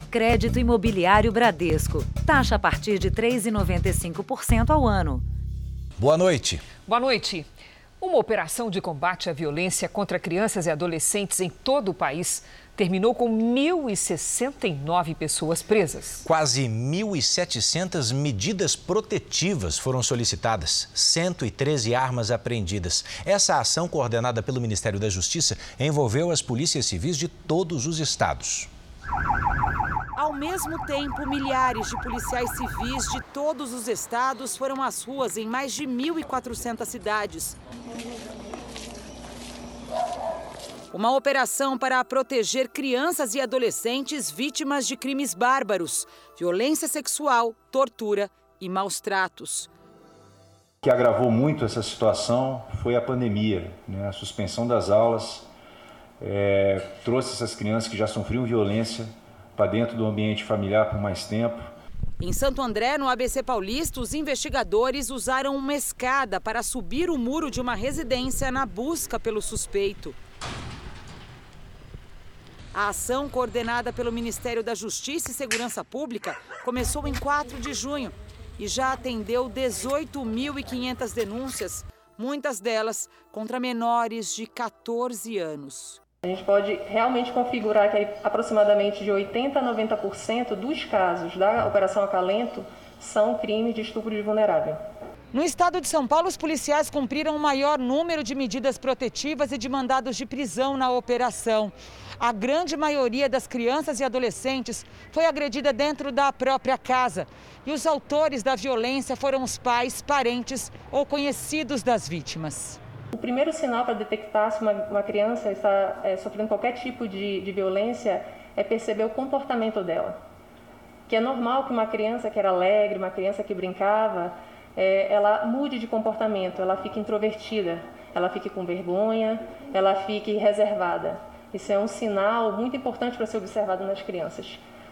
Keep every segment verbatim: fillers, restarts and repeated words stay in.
Crédito Imobiliário Bradesco. Taxa a partir de três vírgula noventa e cinco por cento ao ano. Boa noite. Boa noite. Uma operação de combate à violência contra crianças e adolescentes em todo o país terminou com mil e sessenta e nove pessoas presas. Quase mil e setecentas medidas protetivas foram solicitadas, cento e treze armas apreendidas. Essa ação, coordenada pelo Ministério da Justiça, envolveu as polícias civis de todos os estados. Ao mesmo tempo, milhares de policiais civis de todos os estados foram às ruas em mais de mil e quatrocentas cidades. Uma operação para proteger crianças e adolescentes vítimas de crimes bárbaros, violência sexual, tortura e maus tratos. O que agravou muito essa situação foi a pandemia, né? A suspensão das aulas é, trouxe essas crianças que já sofriam violência para dentro do ambiente familiar por mais tempo. Em Santo André, no A B C Paulista, os investigadores usaram uma escada para subir o muro de uma residência na busca pelo suspeito. A ação, coordenada pelo Ministério da Justiça e Segurança Pública, começou em quatro de junho e já atendeu dezoito mil e quinhentas denúncias, muitas delas contra menores de quatorze anos. A gente pode realmente configurar que aproximadamente de oitenta a noventa por cento dos casos da Operação Acalento são crimes de estupro de vulnerável. No estado de São Paulo, os policiais cumpriram o maior número de medidas protetivas e de mandados de prisão na operação. A grande maioria das crianças e adolescentes foi agredida dentro da própria casa. E os autores da violência foram os pais, parentes ou conhecidos das vítimas. O primeiro sinal para detectar se uma, uma criança está é, sofrendo qualquer tipo de, de violência é perceber o comportamento dela. Que é normal que uma criança que era alegre, uma criança que brincava, é, ela mude de comportamento, ela fique introvertida, ela fique com vergonha, ela fique reservada. Isso é um sinal muito importante para ser observado nas crianças.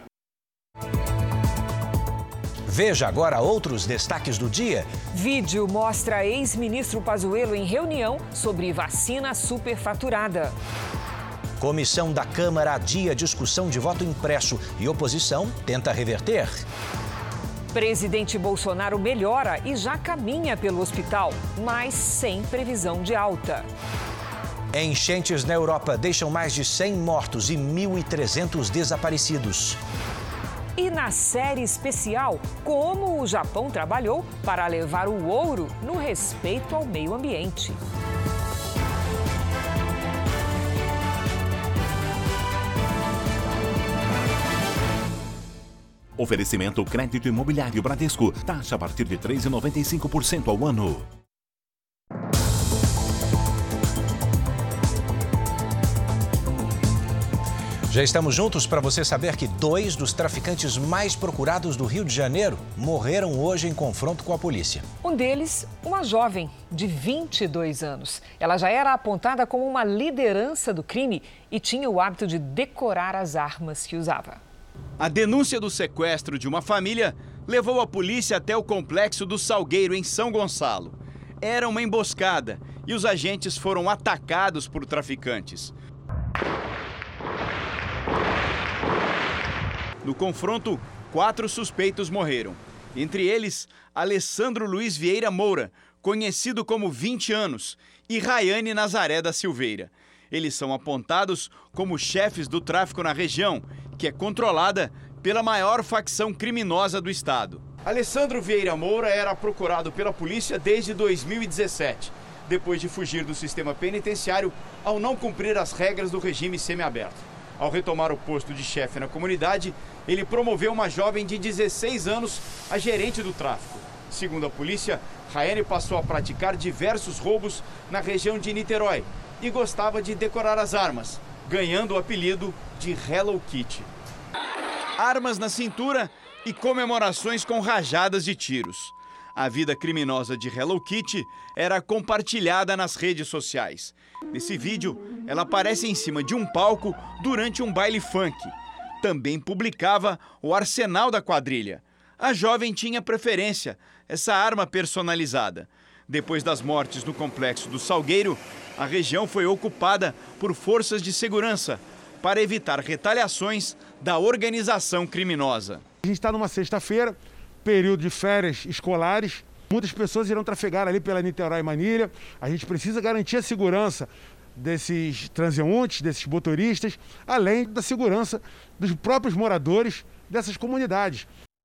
Veja agora outros destaques do dia. Vídeo mostra ex-ministro Pazuello em reunião sobre vacina superfaturada. Comissão da Câmara adia discussão de voto impresso e oposição tenta reverter. Presidente Bolsonaro melhora e já caminha pelo hospital, mas sem previsão de alta. Enchentes na Europa deixam mais de cem mortos e mil e trezentos desaparecidos. E na série especial, como o Japão trabalhou para levar o ouro no respeito ao meio ambiente. Oferecimento Crédito Imobiliário Bradesco. Taxa a partir de três vírgula noventa e cinco por cento ao ano. Já estamos juntos para você saber que dois dos traficantes mais procurados do Rio de Janeiro morreram hoje em confronto com a polícia. Um deles, uma jovem de vinte e dois anos. Ela já era apontada como uma liderança do crime e tinha o hábito de decorar as armas que usava. A denúncia do sequestro de uma família levou a polícia até o complexo do Salgueiro, em São Gonçalo. Era uma emboscada e os agentes foram atacados por traficantes. No confronto, quatro suspeitos morreram. Entre eles, Alessandro Luiz Vieira Moura, conhecido como vinte anos, e Rayane Nazaré da Silveira. Eles são apontados como chefes do tráfico na região, que é controlada pela maior facção criminosa do estado. Alessandro Vieira Moura era procurado pela polícia desde dois mil e dezessete, depois de fugir do sistema penitenciário ao não cumprir as regras do regime semiaberto. Ao retomar o posto de chefe na comunidade, ele promoveu uma jovem de dezesseis anos a gerente do tráfico. Segundo a polícia, Rayane passou a praticar diversos roubos na região de Niterói e gostava de decorar as armas, ganhando o apelido de Hello Kitty. Armas na cintura e comemorações com rajadas de tiros. A vida criminosa de Hello Kitty era compartilhada nas redes sociais. Nesse vídeo, ela aparece em cima de um palco durante um baile funk. Também publicava o arsenal da quadrilha. A jovem tinha preferência, essa arma personalizada. Depois das mortes no complexo do Salgueiro, a região foi ocupada por forças de segurança para evitar retaliações da organização criminosa. A gente está numa sexta-feira, período de férias escolares. Muitas pessoas irão trafegar ali pela Niterói Manilha. A gente precisa garantir a segurança desses transeuntes, desses motoristas, além da segurança dos próprios moradores dessas comunidades.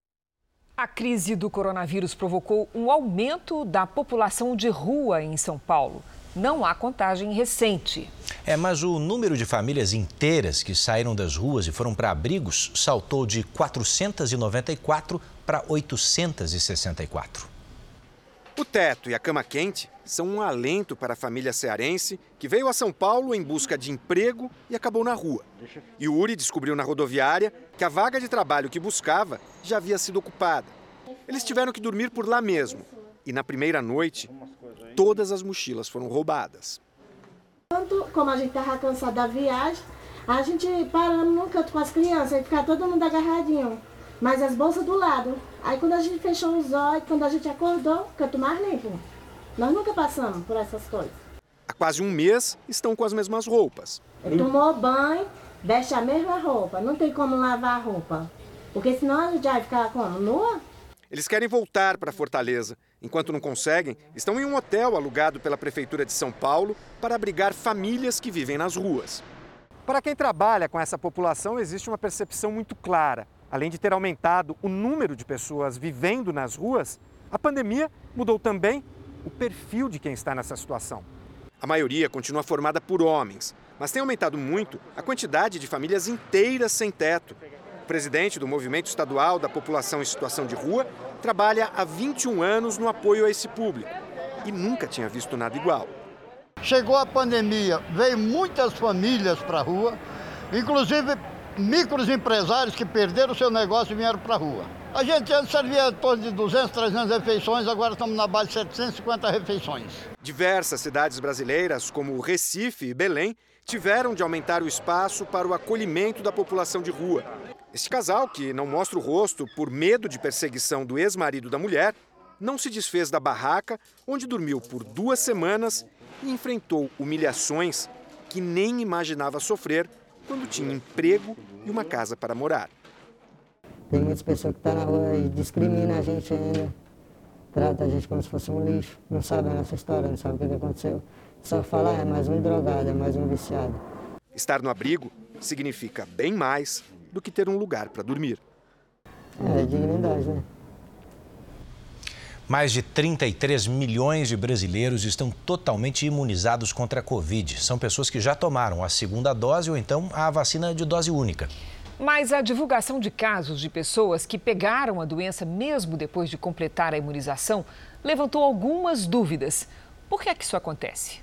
A crise do coronavírus provocou um aumento da população de rua em São Paulo. Não há contagem recente. É, mas o número de famílias inteiras que saíram das ruas e foram para abrigos saltou de quatrocentas e noventa e quatro para oitocentas e sessenta e quatro. O teto e a cama quente são um alento para a família cearense que veio a São Paulo em busca de emprego e acabou na rua. Yuri descobriu na rodoviária que a vaga de trabalho que buscava já havia sido ocupada. Eles tiveram que dormir por lá mesmo. E na primeira noite, todas as mochilas foram roubadas. Como a gente estava cansado da viagem, a gente paramos num canto com as crianças e ficava todo mundo agarradinho. Mas as bolsas do lado. Aí quando a gente fechou os olhos, quando a gente acordou, canto mais limpo. Nós nunca passamos por essas coisas. Há quase um mês estão com as mesmas roupas. Ele tomou banho, veste a mesma roupa. Não tem como lavar a roupa. Porque senão a gente vai ficar como? Nua? Eles querem voltar para Fortaleza. Enquanto não conseguem, estão em um hotel alugado pela Prefeitura de São Paulo para abrigar famílias que vivem nas ruas. Para quem trabalha com essa população, existe uma percepção muito clara. Além de ter aumentado o número de pessoas vivendo nas ruas, a pandemia mudou também o perfil de quem está nessa situação. A maioria continua formada por homens, mas tem aumentado muito a quantidade de famílias inteiras sem teto. O presidente do Movimento Estadual da População em Situação de Rua trabalha há vinte e um anos no apoio a esse público e nunca tinha visto nada igual. Chegou a pandemia, veio muitas famílias para a rua, inclusive microempresários que perderam o seu negócio e vieram para a rua. A gente antes servia em torno de duzentas, trezentas refeições, agora estamos na base de setecentas e cinquenta refeições. Diversas cidades brasileiras, como Recife e Belém, tiveram de aumentar o espaço para o acolhimento da população de rua. Este casal, que não mostra o rosto por medo de perseguição do ex-marido da mulher, não se desfez da barraca, onde dormiu por duas semanas e enfrentou humilhações que nem imaginava sofrer quando tinha emprego e uma casa para morar. Tem muitas pessoas que estão na rua e discriminam a gente ainda, trata a gente como se fosse um lixo, não sabe a nossa história, não sabe o que aconteceu. Só fala, ah, é mais um drogado, é mais um viciado. Estar no abrigo significa bem mais do que ter um lugar para dormir. É, dignidade, né? Mais de trinta e três milhões de brasileiros estão totalmente imunizados contra a Covid. São pessoas que já tomaram a segunda dose ou então a vacina de dose única. Mas a divulgação de casos de pessoas que pegaram a doença mesmo depois de completar a imunização levantou algumas dúvidas. Por que é que isso acontece?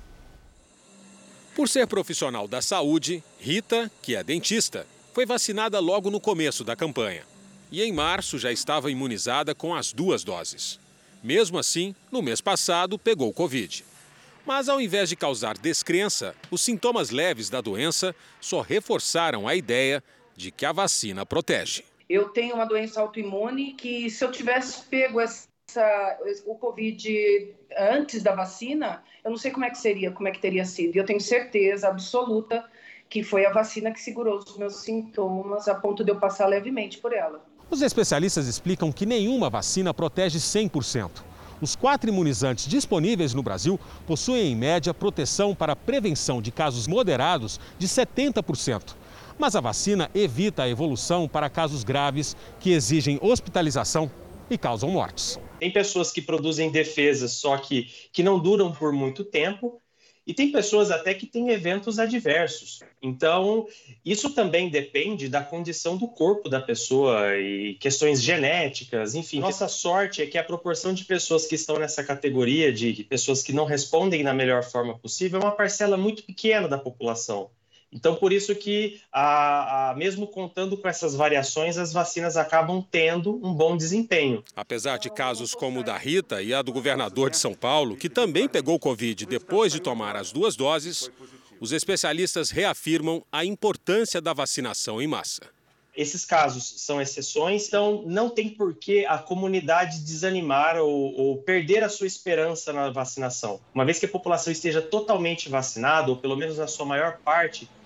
Por ser profissional da saúde, Rita, que é dentista, foi vacinada logo no começo da campanha. E em março já estava imunizada com as duas doses. Mesmo assim, no mês passado, pegou Covid. Mas ao invés de causar descrença, os sintomas leves da doença só reforçaram a ideia de que a vacina protege. Eu tenho uma doença autoimune que, se eu tivesse pego essa, o Covid antes da vacina, eu não sei como é que seria, como é que teria sido. E eu tenho certeza absoluta que foi a vacina que segurou os meus sintomas a ponto de eu passar levemente por ela. Os especialistas explicam que nenhuma vacina protege cem por cento. Os quatro imunizantes disponíveis no Brasil possuem, em média, proteção para a prevenção de casos moderados de setenta por cento. Mas a vacina evita a evolução para casos graves que exigem hospitalização e causam mortes. Tem pessoas que produzem defesas, só que, que não duram por muito tempo. E tem pessoas até que têm eventos adversos. Então, isso também depende da condição do corpo da pessoa e questões genéticas, enfim. Nossa sorte é que a proporção de pessoas que estão nessa categoria, de pessoas que não respondem da melhor forma possível, é uma parcela muito pequena da população. Então, por isso que, a, a, mesmo contando com essas variações, as vacinas acabam tendo um bom desempenho. Apesar de casos como o da Rita e a do governador de São Paulo, que também pegou Covid depois de tomar as duas doses, os especialistas reafirmam a importância da vacinação em massa. Esses casos são exceções, então não tem por que a comunidade desanimar ou, ou perder a sua esperança na vacinação. Uma vez que a população esteja totalmente vacinada, ou pelo menos na sua maior parte,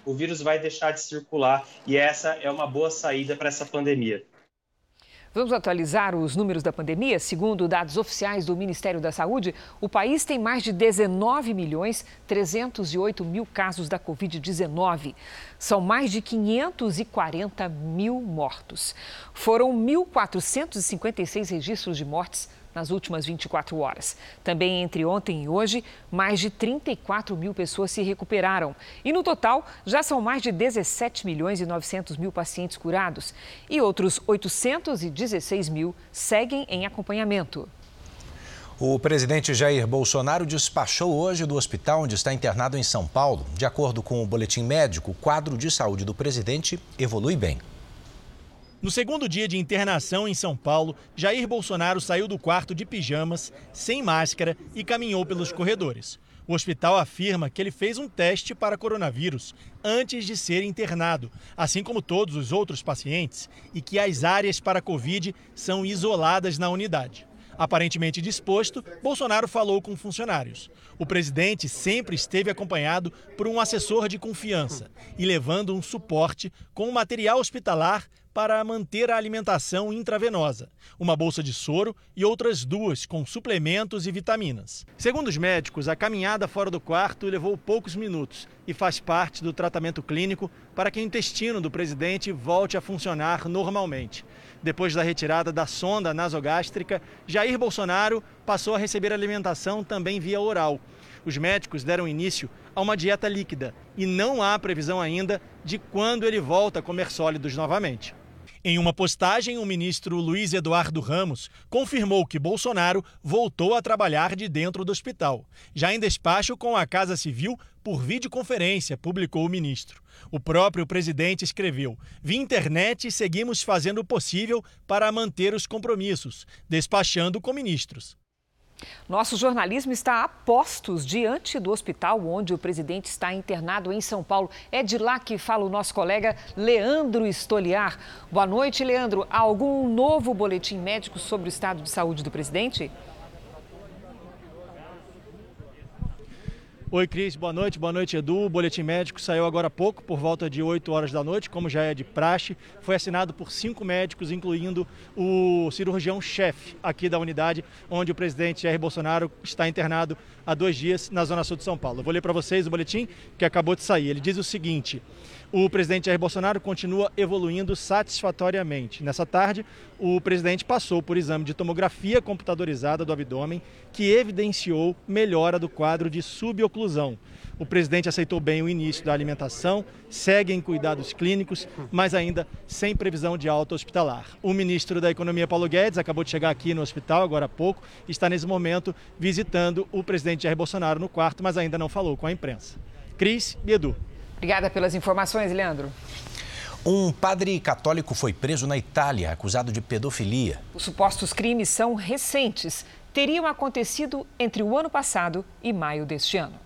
o vírus vai deixar de circular e essa é uma boa saída para essa pandemia. Vamos atualizar os números da pandemia. Segundo dados oficiais do Ministério da Saúde, o país tem mais de dezenove milhões trezentos e oito mil casos da covid dezenove. São mais de quinhentos e quarenta mil mortos. Foram mil quatrocentos e cinquenta e seis registros de mortes nas últimas vinte e quatro horas. Também entre ontem e hoje, mais de trinta e quatro mil pessoas se recuperaram. E no total, já são mais de dezessete milhões e novecentos mil pacientes curados. E outros oitocentos e dezesseis mil seguem em acompanhamento. O presidente Jair Bolsonaro despachou hoje do hospital onde está internado em São Paulo. De acordo com o boletim médico, o quadro de saúde do presidente evolui bem. No segundo dia de internação em São Paulo, Jair Bolsonaro saiu do quarto de pijamas, sem máscara e caminhou pelos corredores. O hospital afirma que ele fez um teste para coronavírus antes de ser internado, assim como todos os outros pacientes, e que as áreas para Covid são isoladas na unidade. Aparentemente disposto, Bolsonaro falou com funcionários. O presidente sempre esteve acompanhado por um assessor de confiança e levando um suporte com material hospitalar para manter a alimentação intravenosa, uma bolsa de soro e outras duas com suplementos e vitaminas. Segundo os médicos, a caminhada fora do quarto levou poucos minutos e faz parte do tratamento clínico para que o intestino do presidente volte a funcionar normalmente. Depois da retirada da sonda nasogástrica, Jair Bolsonaro passou a receber alimentação também via oral. Os médicos deram início a uma dieta líquida e não há previsão ainda de quando ele volta a comer sólidos novamente. Em uma postagem, o ministro Luiz Eduardo Ramos confirmou que Bolsonaro voltou a trabalhar de dentro do hospital. Já em despacho com a Casa Civil, por videoconferência, publicou o ministro. O próprio presidente escreveu: "Via internet, seguimos fazendo o possível para manter os compromissos, despachando com ministros." Nosso jornalismo está a postos diante do hospital onde o presidente está internado em São Paulo. É de lá que fala o nosso colega Leandro Stoliar. Boa noite, Leandro. Há algum novo boletim médico sobre o estado de saúde do presidente? Oi, Cris. Boa noite. Boa noite, Edu. O boletim médico saiu agora há pouco, por volta de oito horas da noite, como já é de praxe. Foi assinado por cinco médicos, incluindo o cirurgião-chefe aqui da unidade, onde o presidente Jair Bolsonaro está internado há dois dias na Zona Sul de São Paulo. Eu vou ler para vocês o boletim que acabou de sair. Ele diz o seguinte: o presidente Jair Bolsonaro continua evoluindo satisfatoriamente. Nessa tarde, o presidente passou por exame de tomografia computadorizada do abdômen, que evidenciou melhora do quadro de suboclusão. O presidente aceitou bem o início da alimentação, segue em cuidados clínicos, mas ainda sem previsão de alta hospitalar. O ministro da Economia, Paulo Guedes, acabou de chegar aqui no hospital agora há pouco, está nesse momento visitando o presidente Jair Bolsonaro no quarto, mas ainda não falou com a imprensa. Cris e Edu. Obrigada pelas informações, Leandro. Um padre católico foi preso na Itália, acusado de pedofilia. Os supostos crimes são recentes. Teriam acontecido entre o ano passado e maio deste ano.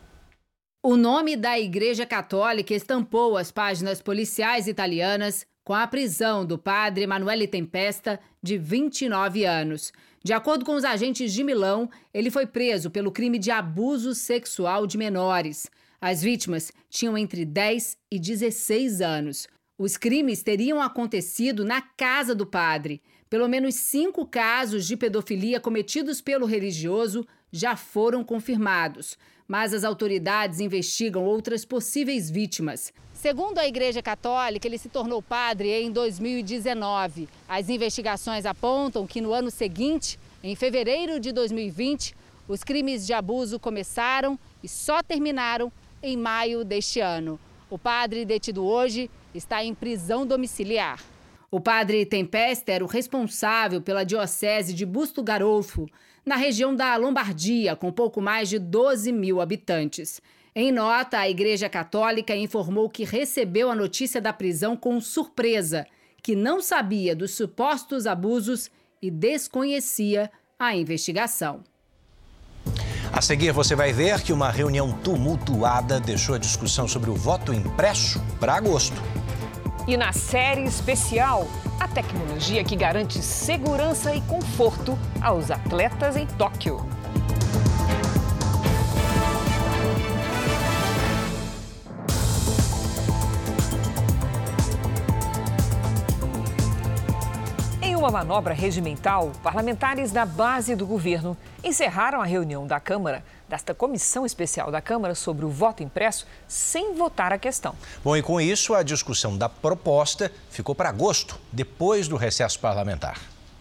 O nome da Igreja Católica estampou as páginas policiais italianas com a prisão do padre Emanuele Tempesta, de vinte e nove anos. De acordo com os agentes de Milão, ele foi preso pelo crime de abuso sexual de menores. As vítimas tinham entre dez e dezesseis anos. Os crimes teriam acontecido na casa do padre. Pelo menos cinco casos de pedofilia cometidos pelo religioso já foram confirmados, mas as autoridades investigam outras possíveis vítimas. Segundo a Igreja Católica, ele se tornou padre em dois mil e dezenove. As investigações apontam que no ano seguinte, em fevereiro de dois mil e vinte, os crimes de abuso começaram e só terminaram em maio deste ano. O padre detido hoje está em prisão domiciliar. O padre Tempesta era o responsável pela diocese de Busto Garolfo, na região da Lombardia, com pouco mais de doze mil habitantes. Em nota, a Igreja Católica informou que recebeu a notícia da prisão com surpresa, que não sabia dos supostos abusos e desconhecia a investigação. A seguir, você vai ver que uma reunião tumultuada deixou a discussão sobre o voto impresso para agosto. E na série especial, a tecnologia que garante segurança e conforto aos atletas em Tóquio. Numa manobra regimental, parlamentares da base do governo encerraram a reunião da Câmara, desta comissão especial da Câmara sobre o voto impresso, sem votar a questão. Bom, e com isso, a discussão da proposta ficou para agosto, depois do recesso parlamentar.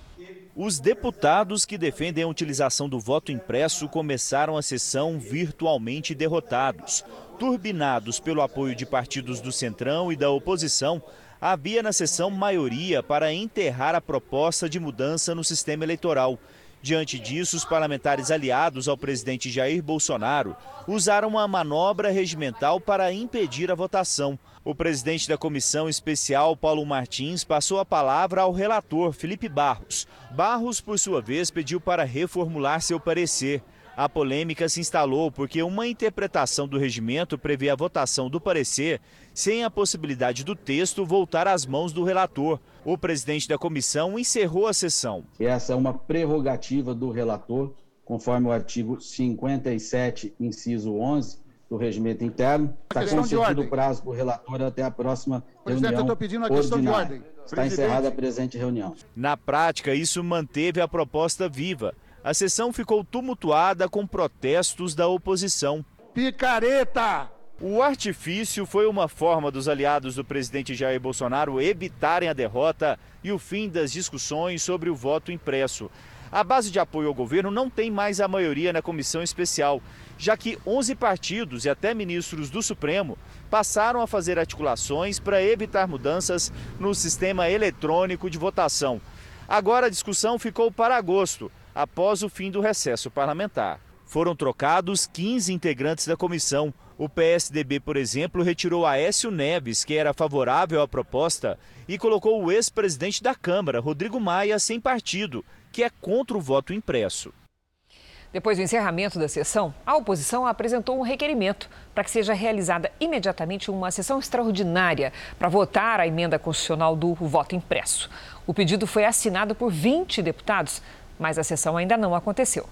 Os deputados que defendem a utilização do voto impresso começaram a sessão virtualmente derrotados. Turbinados pelo apoio de partidos do Centrão e da oposição, havia na sessão maioria para enterrar a proposta de mudança no sistema eleitoral. Diante disso, os parlamentares aliados ao presidente Jair Bolsonaro usaram uma manobra regimental para impedir a votação. O presidente da comissão especial, Paulo Martins, passou a palavra ao relator, Felipe Barros. Barros, por sua vez, pediu para reformular seu parecer. A polêmica se instalou porque uma interpretação do regimento prevê a votação do parecer sem a possibilidade do texto voltar às mãos do relator. O presidente da comissão encerrou a sessão. Essa é uma prerrogativa do relator, conforme o artigo cinquenta e sete, inciso onze do regimento interno. Está concedido o prazo para o relator até a próxima Presidente, reunião eu estou pedindo a questão de ordem. Está Presidente. encerrada a presente reunião. Na prática, isso manteve a proposta viva. A sessão ficou tumultuada com protestos da oposição. Picareta! O artifício foi uma forma dos aliados do presidente Jair Bolsonaro evitarem a derrota e o fim das discussões sobre o voto impresso. A base de apoio ao governo não tem mais a maioria na comissão especial, já que onze partidos e até ministros do Supremo passaram a fazer articulações para evitar mudanças no sistema eletrônico de votação. Agora a discussão ficou para agosto, após o fim do recesso parlamentar. Foram trocados quinze integrantes da comissão. O P S D B, por exemplo, retirou Aécio Neves, que era favorável à proposta, e colocou o ex-presidente da Câmara, Rodrigo Maia, sem partido, que é contra o voto impresso. Depois do encerramento da sessão, a oposição apresentou um requerimento para que seja realizada imediatamente uma sessão extraordinária para votar a emenda constitucional do voto impresso. O pedido foi assinado por vinte deputados, mas a sessão ainda não aconteceu.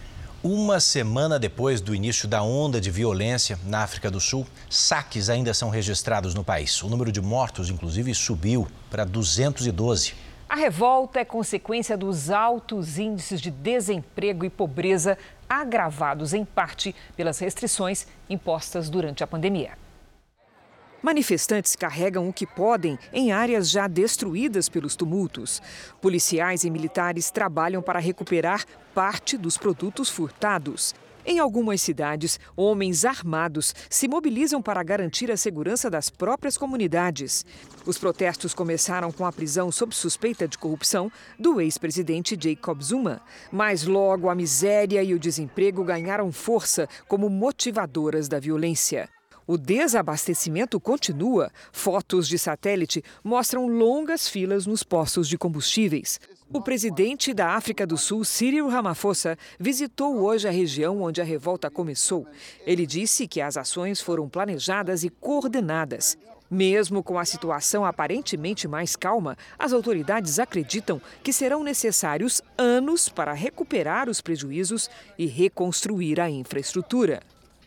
Uma semana depois do início da onda de violência na África do Sul, saques ainda são registrados no país. O número de mortos, inclusive, subiu para duzentos e doze. A revolta é consequência dos altos índices de desemprego e pobreza, agravados em parte pelas restrições impostas durante a pandemia. Manifestantes carregam o que podem em áreas já destruídas pelos tumultos. Policiais e militares trabalham para recuperar parte dos produtos furtados. Em algumas cidades, homens armados se mobilizam para garantir a segurança das próprias comunidades. Os protestos começaram com a prisão sob suspeita de corrupção do ex-presidente Jacob Zuma. Mas logo a miséria e o desemprego ganharam força como motivadoras da violência. O desabastecimento continua. Fotos de satélite mostram longas filas nos postos de combustíveis. O presidente da África do Sul, Cyril Ramaphosa, visitou hoje a região onde a revolta começou. Ele disse que as ações foram planejadas e coordenadas. Mesmo com a situação aparentemente mais calma, as autoridades acreditam que serão necessários anos para recuperar os prejuízos e reconstruir a infraestrutura.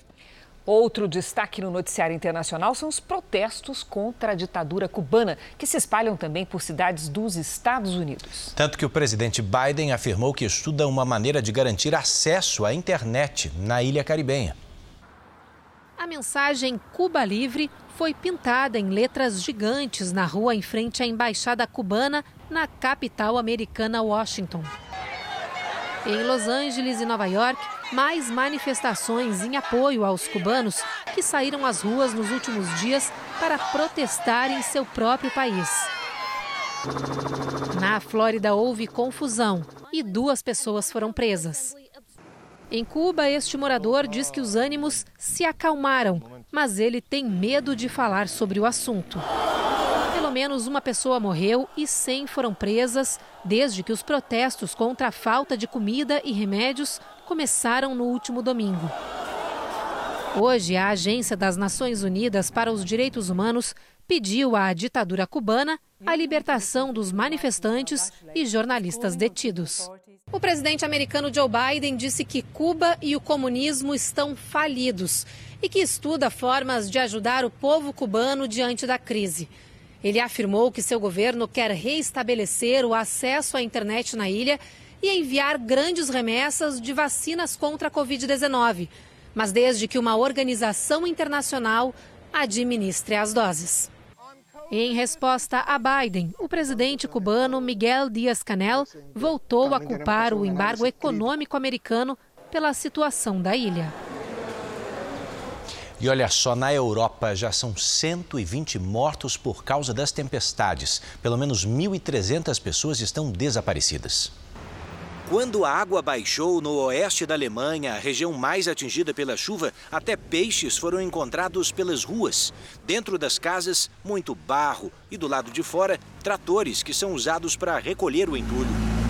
Outro destaque no noticiário internacional são os protestos contra a ditadura cubana, que se espalham também por cidades dos Estados Unidos. Tanto que o presidente Biden afirmou que estuda uma maneira de garantir acesso à internet na ilha caribenha. A mensagem Cuba Livre foi pintada em letras gigantes na rua em frente à embaixada cubana na capital americana, Washington. Em Los Angeles e Nova York, mais manifestações em apoio aos cubanos que saíram às ruas nos últimos dias para protestar em seu próprio país. Na Flórida houve confusão e duas pessoas foram presas. Em Cuba, este morador diz que os ânimos se acalmaram, mas ele tem medo de falar sobre o assunto. Pelo menos uma pessoa morreu e cem foram presas desde que os protestos contra a falta de comida e remédios começaram no último domingo. Hoje, a Agência das Nações Unidas para os Direitos Humanos pediu à ditadura cubana a libertação dos manifestantes e jornalistas detidos. O presidente americano Joe Biden disse que Cuba e o comunismo estão falidos e que estuda formas de ajudar o povo cubano diante da crise. Ele afirmou que seu governo quer reestabelecer o acesso à internet na ilha e enviar grandes remessas de vacinas contra a covid dezenove, mas desde que uma organização internacional administre as doses. Em resposta a Biden, o presidente cubano Miguel Díaz-Canel voltou a culpar o embargo econômico americano pela situação da ilha. E olha só, na Europa já são cento e vinte mortos por causa das tempestades. Pelo menos mil e trezentas pessoas estão desaparecidas. Quando a água baixou no oeste da Alemanha, a região mais atingida pela chuva, até peixes foram encontrados pelas ruas. Dentro das casas, muito barro e do lado de fora, tratores que são usados para recolher o entulho.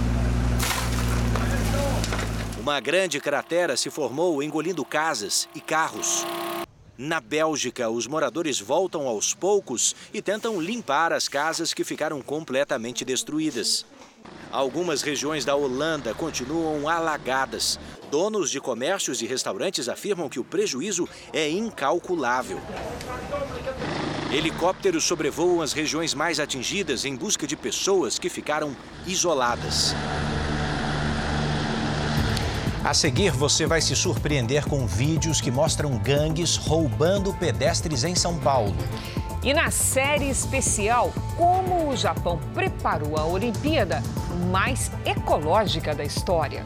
Uma grande cratera se formou engolindo casas e carros. Na Bélgica, os moradores voltam aos poucos e tentam limpar as casas que ficaram completamente destruídas. Algumas regiões da Holanda continuam alagadas. Donos de comércios e restaurantes afirmam que o prejuízo é incalculável. Helicópteros sobrevoam as regiões mais atingidas em busca de pessoas que ficaram isoladas. A seguir, você vai se surpreender com vídeos que mostram gangues roubando pedestres em São Paulo. E na série especial, como o Japão preparou a Olimpíada mais ecológica da história.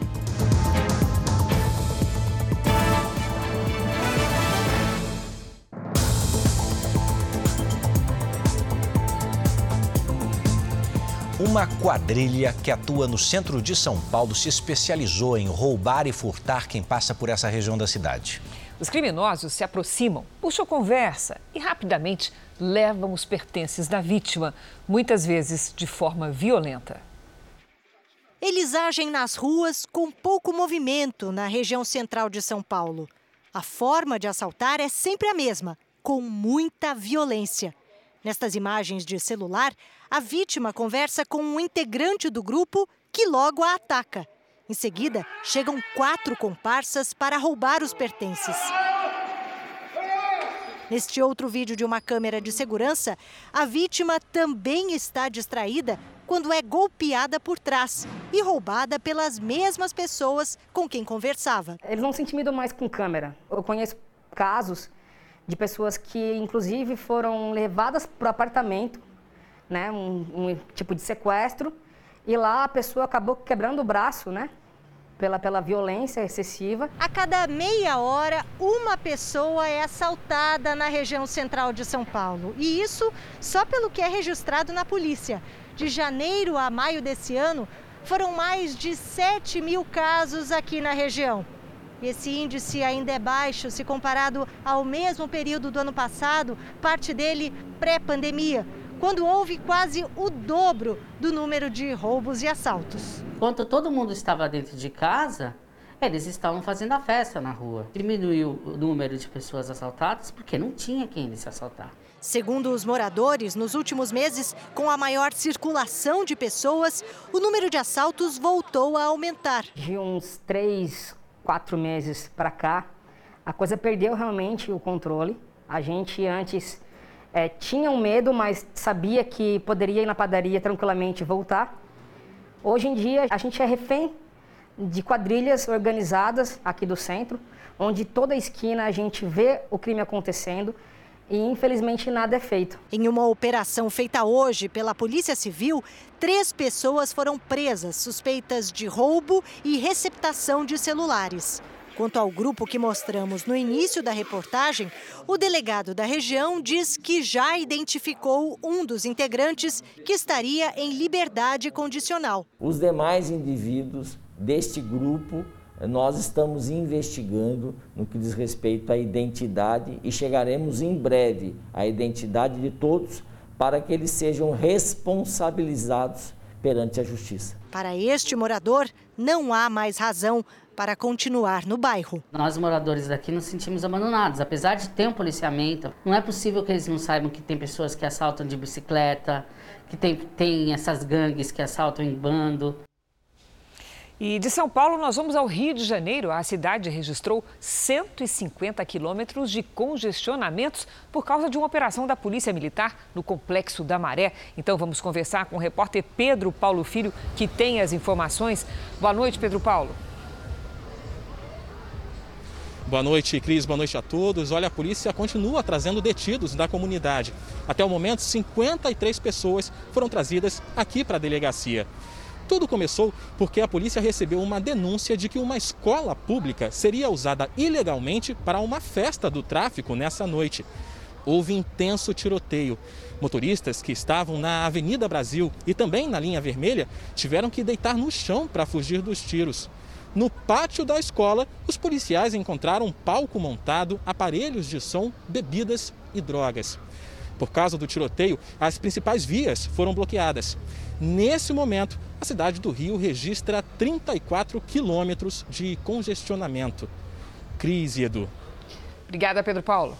Uma quadrilha que atua no centro de São Paulo se especializou em roubar e furtar quem passa por essa região da cidade. Os criminosos se aproximam, puxam conversa e rapidamente levam os pertences da vítima, muitas vezes de forma violenta. Eles agem nas ruas com pouco movimento na região central de São Paulo. A forma de assaltar é sempre a mesma, com muita violência. Nestas imagens de celular, a vítima conversa com um integrante do grupo que logo a ataca. Em seguida, chegam quatro comparsas para roubar os pertences. Neste outro vídeo de uma câmera de segurança, a vítima também está distraída quando é golpeada por trás e roubada pelas mesmas pessoas com quem conversava. Eles não se intimidam mais com câmera. Eu conheço casos de pessoas que, inclusive, foram levadas para o apartamento, né, um, um tipo de sequestro, e lá a pessoa acabou quebrando o braço, né, pela, pela violência excessiva. A cada meia hora, uma pessoa é assaltada na região central de São Paulo. E isso só pelo que é registrado na polícia. De janeiro a maio desse ano, foram mais de sete mil casos aqui na região. Esse índice ainda é baixo se comparado ao mesmo período do ano passado, parte dele pré-pandemia, quando houve quase o dobro do número de roubos e assaltos. Enquanto todo mundo estava dentro de casa, eles estavam fazendo a festa na rua. Diminuiu o número de pessoas assaltadas porque não tinha quem eles assaltar. Segundo os moradores, nos últimos meses, com a maior circulação de pessoas, o número de assaltos voltou a aumentar. De uns três, quatro meses para cá, a coisa perdeu realmente o controle. A gente antes é, tinha um medo, mas sabia que poderia ir na padaria tranquilamente e voltar. Hoje em dia, a gente é refém de quadrilhas organizadas aqui do centro, onde toda esquina a gente vê o crime acontecendo e, infelizmente, nada é feito. Em uma operação feita hoje pela Polícia Civil, três pessoas foram presas, suspeitas de roubo e receptação de celulares. Quanto ao grupo que mostramos no início da reportagem, o delegado da região diz que já identificou um dos integrantes que estaria em liberdade condicional. Os demais indivíduos deste grupo, nós estamos investigando no que diz respeito à identidade e chegaremos em breve à identidade de todos para que eles sejam responsabilizados perante a justiça. Para este morador, não há mais razão para continuar no bairro. Nós, moradores daqui, nos sentimos abandonados. Apesar de ter um policiamento, não é possível que eles não saibam que tem pessoas que assaltam de bicicleta, que tem, tem essas gangues que assaltam em bando. E de São Paulo, nós vamos ao Rio de Janeiro. A cidade registrou cento e cinquenta quilômetros de congestionamentos por causa de uma operação da Polícia Militar no Complexo da Maré. Então, vamos conversar com o repórter Pedro Paulo Filho, que tem as informações. Boa noite, Pedro Paulo. Boa noite, Cris. Boa noite a todos. Olha, a polícia continua trazendo detidos da comunidade. Até o momento, cinquenta e três pessoas foram trazidas aqui para a delegacia. Tudo começou porque a polícia recebeu uma denúncia de que uma escola pública seria usada ilegalmente para uma festa do tráfico nessa noite. Houve intenso tiroteio. Motoristas que estavam na Avenida Brasil e também na linha vermelha tiveram que deitar no chão para fugir dos tiros. No pátio da escola, os policiais encontraram um palco montado, aparelhos de som, bebidas e drogas. Por causa do tiroteio, as principais vias foram bloqueadas. Nesse momento, a cidade do Rio registra trinta e quatro quilômetros de congestionamento. Cris e Edu. Obrigada, Pedro Paulo.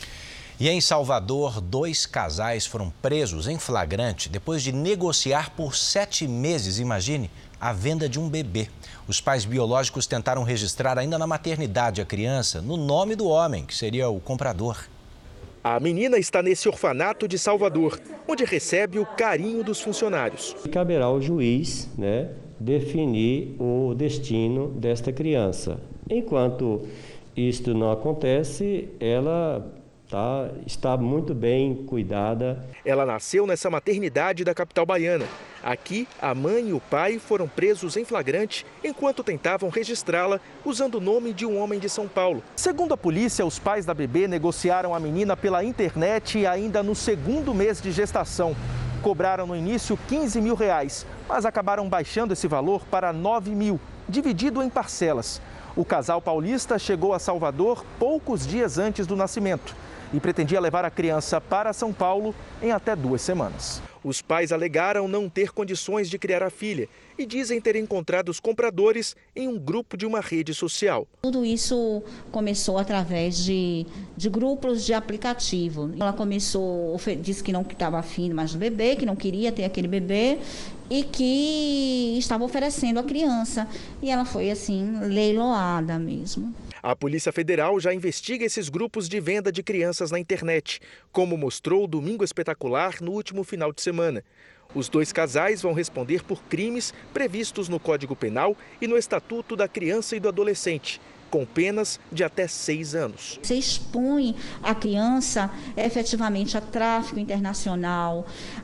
E em Salvador, dois casais foram presos em flagrante depois de negociar por sete meses, imagine, a venda de um bebê. Os pais biológicos tentaram registrar ainda na maternidade a criança no nome do homem, que seria o comprador. A menina está nesse orfanato de Salvador, onde recebe o carinho dos funcionários. Caberá ao juiz, né, definir o destino desta criança. Enquanto isto não acontece, ela tá, está muito bem cuidada. Ela nasceu nessa maternidade da capital baiana. Aqui, a mãe e o pai foram presos em flagrante enquanto tentavam registrá-la usando o nome de um homem de São Paulo. Segundo a polícia, os pais da bebê negociaram a menina pela internet ainda no segundo mês de gestação. Cobraram no início quinze mil reais, mas acabaram baixando esse valor para nove mil, dividido em parcelas. O casal paulista chegou a Salvador poucos dias antes do nascimento e pretendia levar a criança para São Paulo em até duas semanas. Os pais alegaram não ter condições de criar a filha e dizem ter encontrado os compradores em um grupo de uma rede social. Tudo isso começou através de, de grupos de aplicativo. Ela começou, disse que não estava afim mais do bebê, que não queria ter aquele bebê e que estava oferecendo a criança. E ela foi assim, leiloada mesmo. A Polícia Federal já investiga esses grupos de venda de crianças na internet, como mostrou o Domingo Espetacular no último final de semana. Os dois casais vão responder por crimes previstos no Código Penal e no Estatuto da Criança e do Adolescente, com penas de até seis anos. Você expõe a criança efetivamente a tráfico internacional,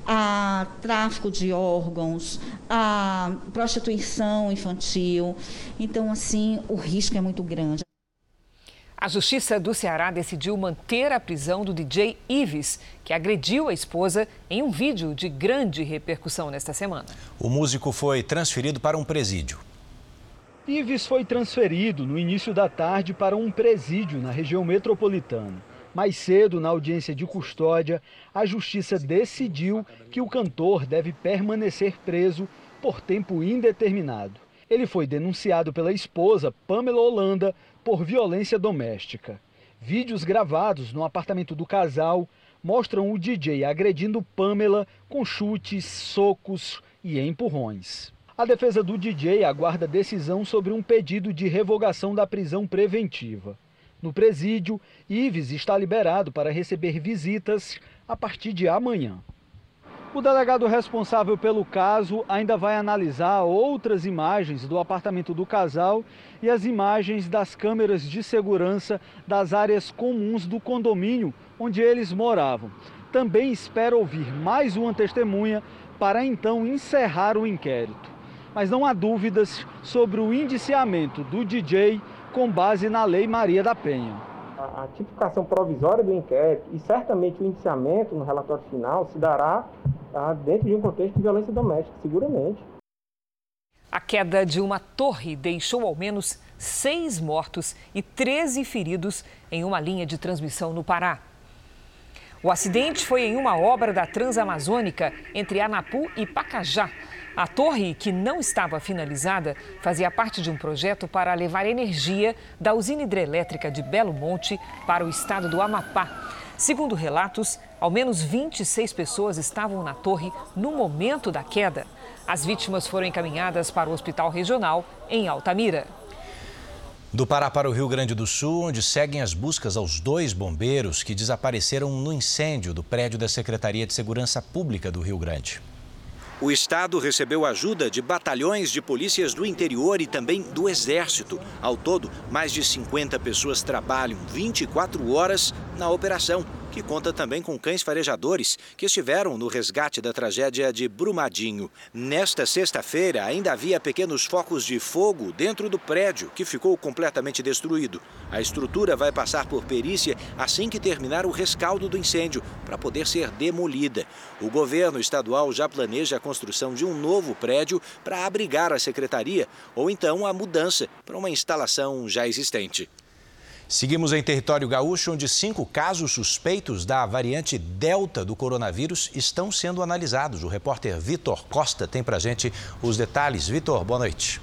a tráfico de órgãos, a prostituição infantil. Então, assim, o risco é muito grande. A Justiça do Ceará decidiu manter a prisão do D J Ives, que agrediu a esposa em um vídeo de grande repercussão nesta semana. O músico foi transferido para um presídio. Ives foi transferido no início da tarde para um presídio na região metropolitana. Mais cedo, na audiência de custódia, a Justiça decidiu que o cantor deve permanecer preso por tempo indeterminado. Ele foi denunciado pela esposa, Pamela Holanda, por violência doméstica. Vídeos gravados no apartamento do casal mostram o D J agredindo Pamela com chutes, socos e empurrões. A defesa do D J aguarda decisão sobre um pedido de revogação da prisão preventiva. No presídio, Ives está liberado para receber visitas a partir de amanhã. O delegado responsável pelo caso ainda vai analisar outras imagens do apartamento do casal e as imagens das câmeras de segurança das áreas comuns do condomínio onde eles moravam. Também espera ouvir mais uma testemunha para então encerrar o inquérito. Mas não há dúvidas sobre o indiciamento do D J com base na Lei Maria da Penha. A tipificação provisória do inquérito e certamente o indiciamento no relatório final se dará ah, dentro de um contexto de violência doméstica, seguramente. A queda de uma torre deixou ao menos seis mortos e treze feridos em uma linha de transmissão no Pará. O acidente foi em uma obra da Transamazônica entre Anapu e Pacajá. A torre, que não estava finalizada, fazia parte de um projeto para levar energia da usina hidrelétrica de Belo Monte para o estado do Amapá. Segundo relatos, ao menos vinte e seis pessoas estavam na torre no momento da queda. As vítimas foram encaminhadas para o Hospital Regional em Altamira. Do Pará para o Rio Grande do Sul, onde seguem as buscas aos dois bombeiros que desapareceram no incêndio do prédio da Secretaria de Segurança Pública do Rio Grande. O estado recebeu ajuda de batalhões de polícias do interior e também do Exército. Ao todo, mais de cinquenta pessoas trabalham vinte e quatro horas na operação, que conta também com cães farejadores que estiveram no resgate da tragédia de Brumadinho. Nesta sexta-feira, ainda havia pequenos focos de fogo dentro do prédio, que ficou completamente destruído. A estrutura vai passar por perícia assim que terminar o rescaldo do incêndio, para poder ser demolida. O governo estadual já planeja a construção de um novo prédio para abrigar a secretaria, ou então a mudança para uma instalação já existente. Seguimos em território gaúcho, onde cinco casos suspeitos da variante Delta do coronavírus estão sendo analisados. O repórter Vitor Costa tem pra gente os detalhes. Vitor, boa noite.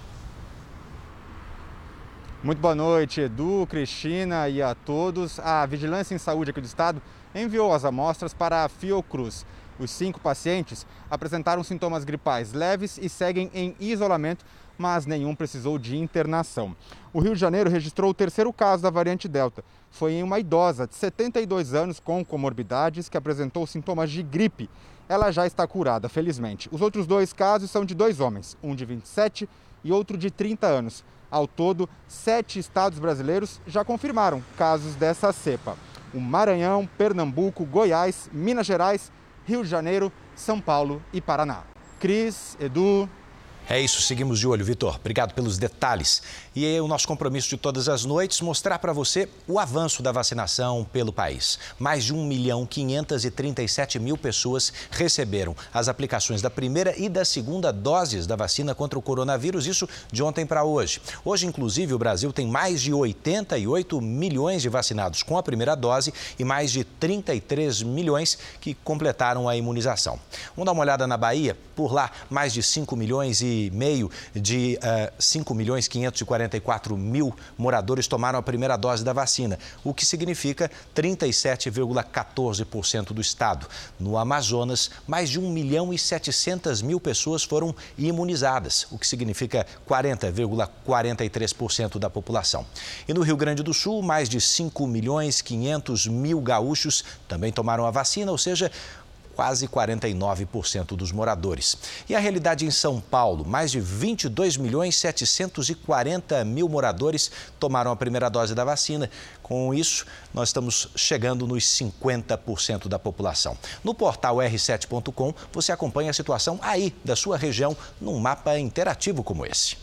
Muito boa noite, Edu, Cristina e a todos. A Vigilância em Saúde aqui do estado enviou as amostras para a Fiocruz. Os cinco pacientes apresentaram sintomas gripais leves e seguem em isolamento, mas nenhum precisou de internação. O Rio de Janeiro registrou o terceiro caso da variante Delta. Foi em uma idosa de setenta e dois anos com comorbidades que apresentou sintomas de gripe. Ela já está curada, felizmente. Os outros dois casos são de dois homens, um de vinte e sete e outro de trinta anos. Ao todo, sete estados brasileiros já confirmaram casos dessa cepa. O Maranhão, Pernambuco, Goiás, Minas Gerais, Rio de Janeiro, São Paulo e Paraná. Cris, Edu... É isso, seguimos de olho, Vitor. Obrigado pelos detalhes. E é o nosso compromisso de todas as noites mostrar para você o avanço da vacinação pelo país. Mais de um milhão quinhentos e trinta e sete mil pessoas receberam as aplicações da primeira e da segunda doses da vacina contra o coronavírus, isso de ontem para hoje. Hoje, inclusive, o Brasil tem mais de oitenta e oito milhões de vacinados com a primeira dose e mais de trinta e três milhões que completaram a imunização. Vamos dar uma olhada na Bahia. Por lá, mais de cinco milhões e meio de uh, cinco milhões quinhentos e quarenta e quatro mil moradores tomaram a primeira dose da vacina, o que significa trinta e sete vírgula quatorze por cento do estado. No Amazonas, mais de um milhão e setecentas mil pessoas foram imunizadas, o que significa quarenta vírgula quarenta e três por cento da população. E no Rio Grande do Sul, mais de cinco milhões e quinhentos mil gaúchos também tomaram a vacina, ou seja, quase quarenta e nove por cento dos moradores. E a realidade em São Paulo, mais de vinte e dois milhões setecentos e quarenta mil moradores tomaram a primeira dose da vacina. Com isso, nós estamos chegando nos cinquenta por cento da população. No portal R sete ponto com, você acompanha a situação aí da sua região num mapa interativo como esse.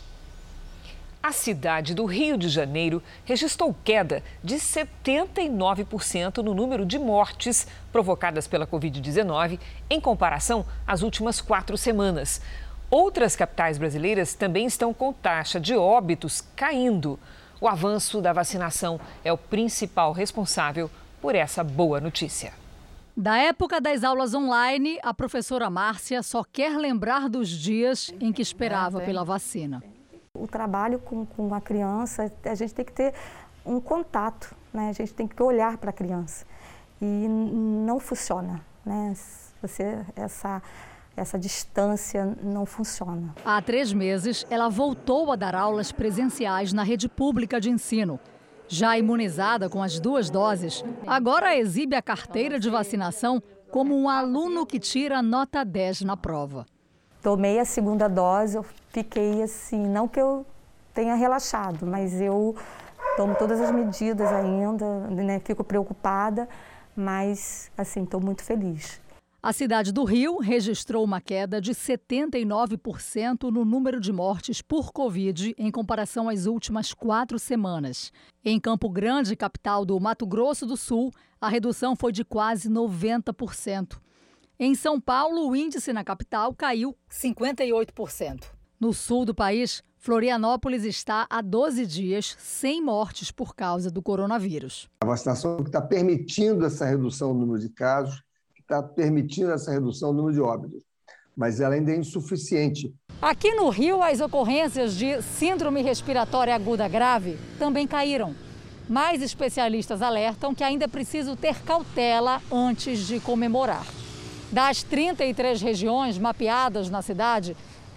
A cidade do Rio de Janeiro registrou queda de setenta e nove por cento no número de mortes provocadas pela covid dezenove em comparação às últimas quatro semanas. Outras capitais brasileiras também estão com taxa de óbitos caindo. O avanço da vacinação é o principal responsável por essa boa notícia. Da época das aulas online, a professora Márcia só quer lembrar dos dias em que esperava pela vacina. O trabalho com, com a criança, a gente tem que ter um contato, né? A gente tem que olhar para a criança. E não funciona, né? Você, essa, essa distância não funciona. Há três meses, ela voltou a dar aulas presenciais na rede pública de ensino. Já imunizada com as duas doses, agora exibe a carteira de vacinação como um aluno que tira nota dez na prova. Tomei a segunda dose, eu fiquei assim, não que eu tenha relaxado, mas eu tomo todas as medidas ainda, né? Fico preocupada, mas assim, estou muito feliz. A cidade do Rio registrou uma queda de setenta e nove por cento no número de mortes por Covid em comparação às últimas quatro semanas. Em Campo Grande, capital do Mato Grosso do Sul, a redução foi de quase noventa por cento. Em São Paulo, o índice na capital caiu cinquenta e oito por cento. No sul do país, Florianópolis está há doze dias sem mortes por causa do coronavírus. A vacinação que está permitindo essa redução do número de casos, que está permitindo essa redução do número de óbitos, mas ela ainda é insuficiente. Aqui no Rio, as ocorrências de síndrome respiratória aguda grave também caíram. Mas especialistas alertam que ainda é preciso ter cautela antes de comemorar. Das trinta e três regiões mapeadas na cidade,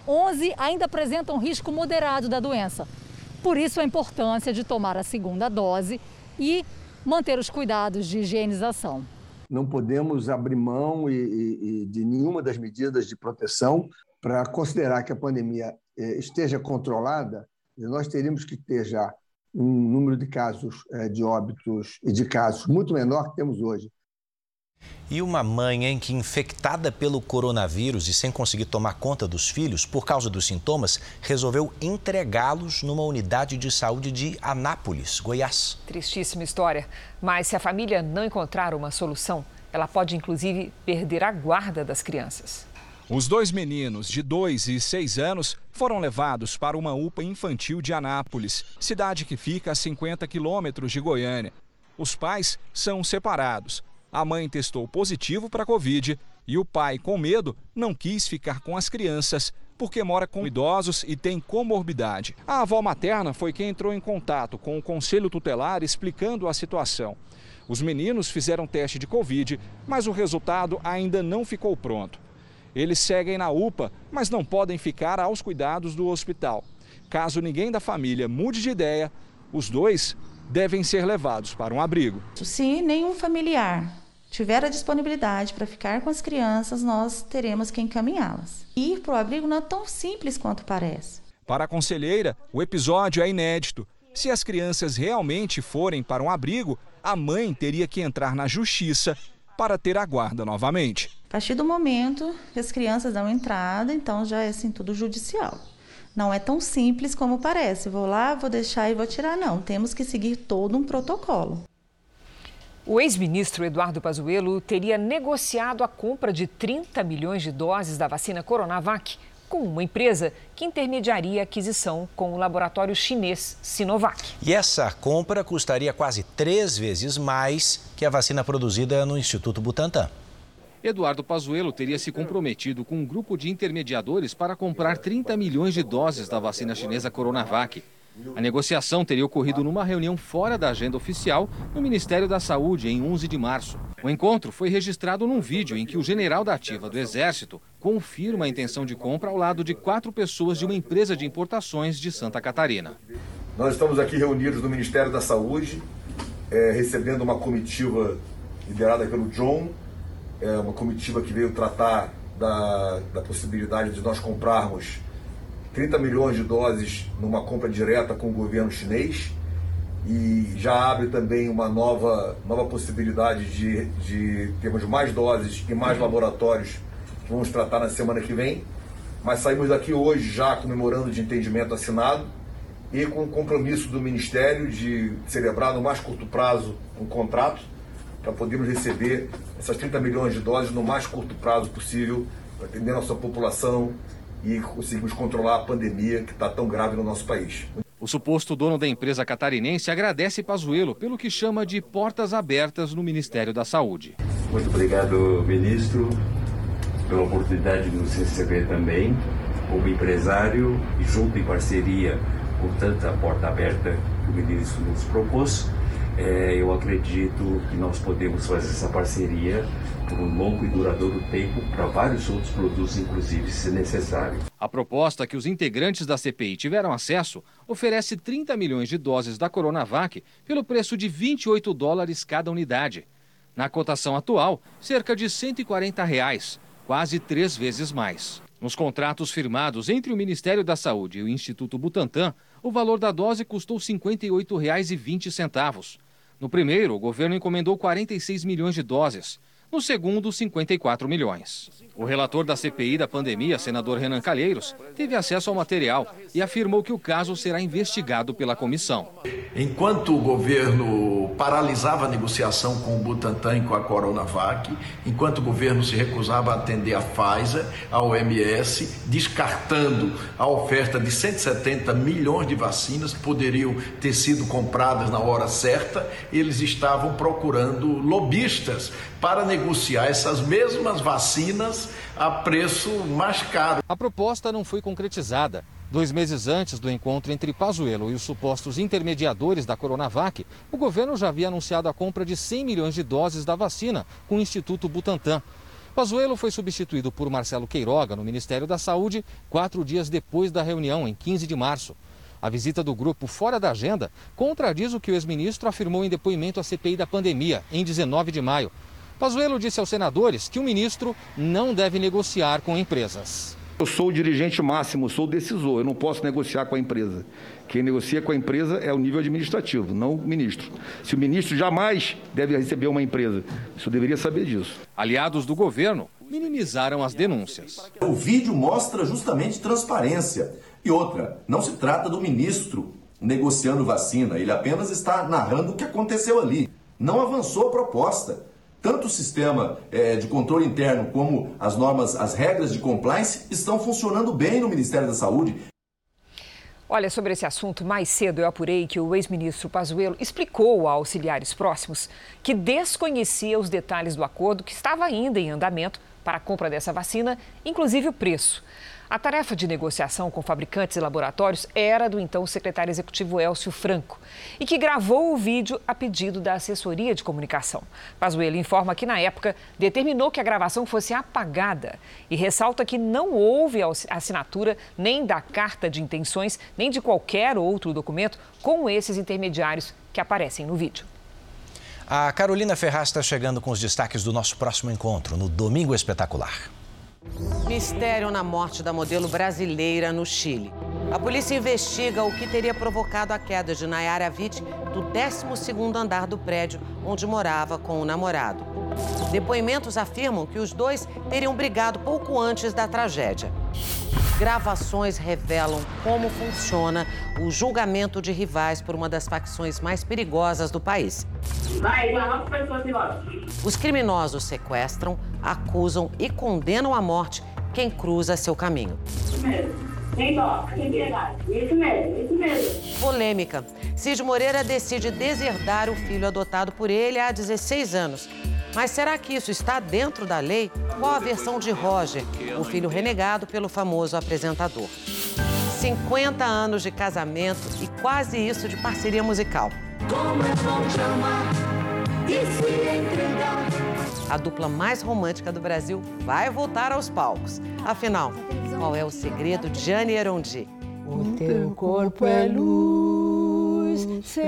onze ainda apresentam risco moderado da doença. Por isso a importância de tomar a segunda dose e manter os cuidados de higienização. Não podemos abrir mão e, e, e de nenhuma das medidas de proteção para considerar que a pandemia eh, esteja controlada. Nós teríamos que ter já um número de casos eh, de óbitos e de casos muito menor que temos hoje. E uma mãe em que, infectada pelo coronavírus e sem conseguir tomar conta dos filhos por causa dos sintomas, resolveu entregá-los numa unidade de saúde de Anápolis, Goiás. Tristíssima história, mas se a família não encontrar uma solução, ela pode inclusive perder a guarda das crianças. Os dois meninos, de dois e seis anos, foram levados para uma U P A infantil de Anápolis, cidade que fica a cinquenta quilômetros de Goiânia. Os pais são separados. A mãe testou positivo para a Covid e o pai, com medo, não quis ficar com as crianças porque mora com idosos e tem comorbidade. A avó materna foi quem entrou em contato com o Conselho Tutelar explicando a situação. Os meninos fizeram teste de Covid, mas o resultado ainda não ficou pronto. Eles seguem na U P A, mas não podem ficar aos cuidados do hospital. Caso ninguém da família mude de ideia, os dois devem ser levados para um abrigo. Se nenhum familiar tiver a disponibilidade para ficar com as crianças, nós teremos que encaminhá-las. Ir para o abrigo não é tão simples quanto parece. Para a conselheira, o episódio é inédito. Se as crianças realmente forem para um abrigo, a mãe teria que entrar na justiça para ter a guarda novamente. A partir do momento que as crianças dão entrada, então já é assim tudo judicial. Não é tão simples como parece. Vou lá, vou deixar e vou tirar. Não, temos que seguir todo um protocolo. O ex-ministro Eduardo Pazuello teria negociado a compra de trinta milhões de doses da vacina Coronavac com uma empresa que intermediaria a aquisição com o laboratório chinês Sinovac. E essa compra custaria quase três vezes mais que a vacina produzida no Instituto Butantan. Eduardo Pazuello teria se comprometido com um grupo de intermediadores para comprar trinta milhões de doses da vacina chinesa Coronavac. A negociação teria ocorrido numa reunião fora da agenda oficial no Ministério da Saúde em onze de março. O encontro foi registrado num vídeo em que o general da ativa do Exército confirma a intenção de compra ao lado de quatro pessoas de uma empresa de importações de Santa Catarina. Nós estamos aqui reunidos no Ministério da Saúde, é, recebendo uma comitiva liderada pelo John, é uma comitiva que veio tratar da, da possibilidade de nós comprarmos trinta milhões de doses numa compra direta com o governo chinês e já abre também uma nova, nova possibilidade de, de termos mais doses e mais laboratórios que vamos tratar na semana que vem. Mas saímos daqui hoje já comemorando de entendimento assinado e com o compromisso do Ministério de celebrar no mais curto prazo um contrato para podermos receber essas trinta milhões de doses no mais curto prazo possível para atender a nossa população e conseguimos controlar a pandemia que está tão grave no nosso país. O suposto dono da empresa catarinense agradece Pazuello pelo que chama de portas abertas no Ministério da Saúde. Muito obrigado, ministro, pela oportunidade de nos receber também como empresário e junto em parceria com tanta porta aberta que o ministro nos propôs. É, eu acredito que nós podemos fazer essa parceria por um longo e duradouro tempo para vários outros produtos, inclusive, se necessário. A proposta que os integrantes da C P I tiveram acesso oferece trinta milhões de doses da Coronavac pelo preço de vinte e oito dólares cada unidade. Na cotação atual, cerca de cento e quarenta reais, quase três vezes mais. Nos contratos firmados entre o Ministério da Saúde e o Instituto Butantan, o valor da dose custou cinquenta e oito reais e vinte centavos. No primeiro, o governo encomendou quarenta e seis milhões de doses. No segundo, cinquenta e quatro milhões. O relator da C P I da pandemia, senador Renan Calheiros, teve acesso ao material e afirmou que o caso será investigado pela comissão. Enquanto o governo paralisava a negociação com o Butantan e com a Coronavac, enquanto o governo se recusava a atender a Pfizer, a O M S, descartando a oferta de cento e setenta milhões de vacinas que poderiam ter sido compradas na hora certa, eles estavam procurando lobistas para negociar essas mesmas vacinas a preço mais caro. A proposta não foi concretizada. Dois meses antes do encontro entre Pazuello e os supostos intermediadores da Coronavac, o governo já havia anunciado a compra de cem milhões de doses da vacina com o Instituto Butantan. Pazuello foi substituído por Marcelo Queiroga no Ministério da Saúde quatro dias depois da reunião, em quinze de março. A visita do grupo fora da agenda contradiz o que o ex-ministro afirmou em depoimento à C P I da pandemia, em dezenove de maio. Pazuello disse aos senadores que o ministro não deve negociar com empresas. Eu sou o dirigente máximo, sou o decisor, eu não posso negociar com a empresa. Quem negocia com a empresa é o nível administrativo, não o ministro. Se o ministro jamais deve receber uma empresa, isso deveria saber disso. Aliados do governo minimizaram as denúncias. O vídeo mostra justamente transparência. E outra, não se trata do ministro negociando vacina, ele apenas está narrando o que aconteceu ali. Não avançou a proposta. Tanto o sistema é, de controle interno como as normas, as regras de compliance estão funcionando bem no Ministério da Saúde. Olha, sobre esse assunto, mais cedo eu apurei que o ex-ministro Pazuello explicou a auxiliares próximos que desconhecia os detalhes do acordo que estava ainda em andamento para a compra dessa vacina, inclusive o preço. A tarefa de negociação com fabricantes e laboratórios era do então secretário executivo Élcio Franco e que gravou o vídeo a pedido da assessoria de comunicação. Pazuello informa que, na época, determinou que a gravação fosse apagada e ressalta que não houve assinatura nem da carta de intenções, nem de qualquer outro documento com esses intermediários que aparecem no vídeo. A Carolina Ferraz está chegando com os destaques do nosso próximo encontro, no Domingo Espetacular. Mistério na morte da modelo brasileira no Chile. A polícia investiga o que teria provocado a queda de Nayara Witt do décimo segundo andar do prédio onde morava com o namorado. Depoimentos afirmam que os dois teriam brigado pouco antes da tragédia. Gravações revelam como funciona o julgamento de rivais por uma das facções mais perigosas do país. Os criminosos sequestram, acusam e condenam à morte quem cruza seu caminho. Isso mesmo. Sem dó, sem piedade. Isso mesmo, isso mesmo. Polêmica. Cid Moreira decide deserdar o filho adotado por ele há dezesseis anos. Mas será que isso está dentro da lei? Qual a versão de Roger, o filho renegado pelo famoso apresentador? cinquenta anos de casamento e quase isso de parceria musical. Como é bom te amar e se entregar. A dupla mais romântica do Brasil vai voltar aos palcos. Afinal, qual é o segredo de Gianni Erondi? O teu corpo é luz,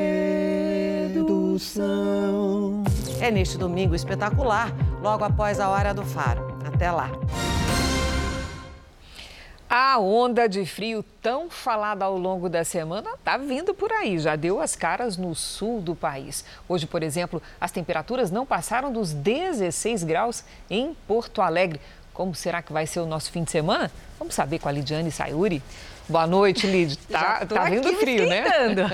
sedução. É neste domingo espetacular, logo após a Hora do Faro. Até lá. A onda de frio tão falada ao longo da semana está vindo por aí, já deu as caras no sul do país. Hoje, por exemplo, as temperaturas não passaram dos dezesseis graus em Porto Alegre. Como será que vai ser o nosso fim de semana? Vamos saber com a Lidiane Sayuri. Boa noite, Lid. Tá, tá vindo frio, né?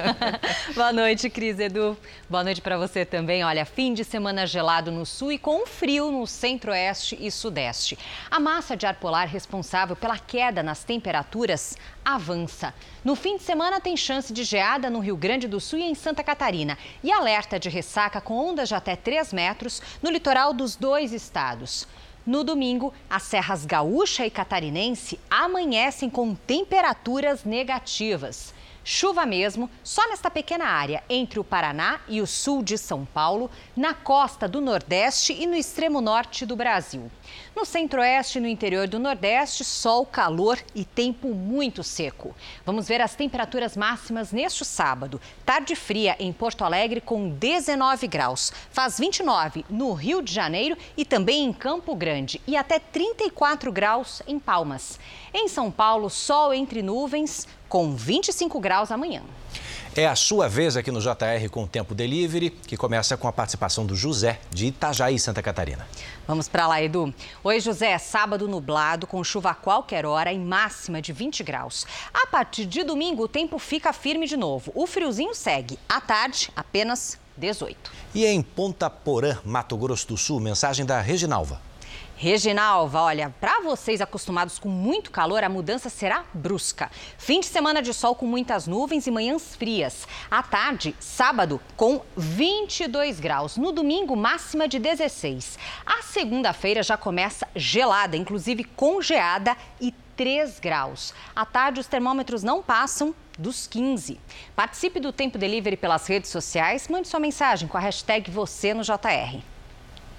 Boa noite, Cris, Edu. Boa noite para você também. Olha, fim de semana gelado no sul e com frio no centro-oeste e sudeste. A massa de ar polar responsável pela queda nas temperaturas avança. No fim de semana tem chance de geada no Rio Grande do Sul e em Santa Catarina. E alerta de ressaca com ondas de até três metros no litoral dos dois estados. No domingo, as serras gaúcha e catarinense amanhecem com temperaturas negativas. Chuva mesmo, só nesta pequena área entre o Paraná e o sul de São Paulo, na costa do Nordeste e no extremo norte do Brasil. No centro-oeste e no interior do Nordeste, sol, calor e tempo muito seco. Vamos ver as temperaturas máximas neste sábado. Tarde fria em Porto Alegre com dezenove graus. Faz vinte e nove no Rio de Janeiro e também em Campo Grande. E até trinta e quatro graus em Palmas. Em São Paulo, sol entre nuvens com vinte e cinco graus amanhã. É a sua vez aqui no J R com o Tempo Delivery, que começa com a participação do José, de Itajaí, Santa Catarina. Vamos para lá, Edu. Oi, José. Sábado nublado, com chuva a qualquer hora, em máxima de vinte graus. A partir de domingo, o tempo fica firme de novo. O friozinho segue. À tarde, apenas dezoito. E em Ponta Porã, Mato Grosso do Sul, mensagem da Reginalva. Reginalva, olha, para vocês acostumados com muito calor, a mudança será brusca. Fim de semana de sol com muitas nuvens e manhãs frias. À tarde, sábado, com vinte e dois graus. No domingo, máxima de dezesseis. A segunda-feira já começa gelada, inclusive com geada e três graus. À tarde, os termômetros não passam dos quinze. Participe do Tempo Delivery pelas redes sociais. Mande sua mensagem com a hashtag você no J R.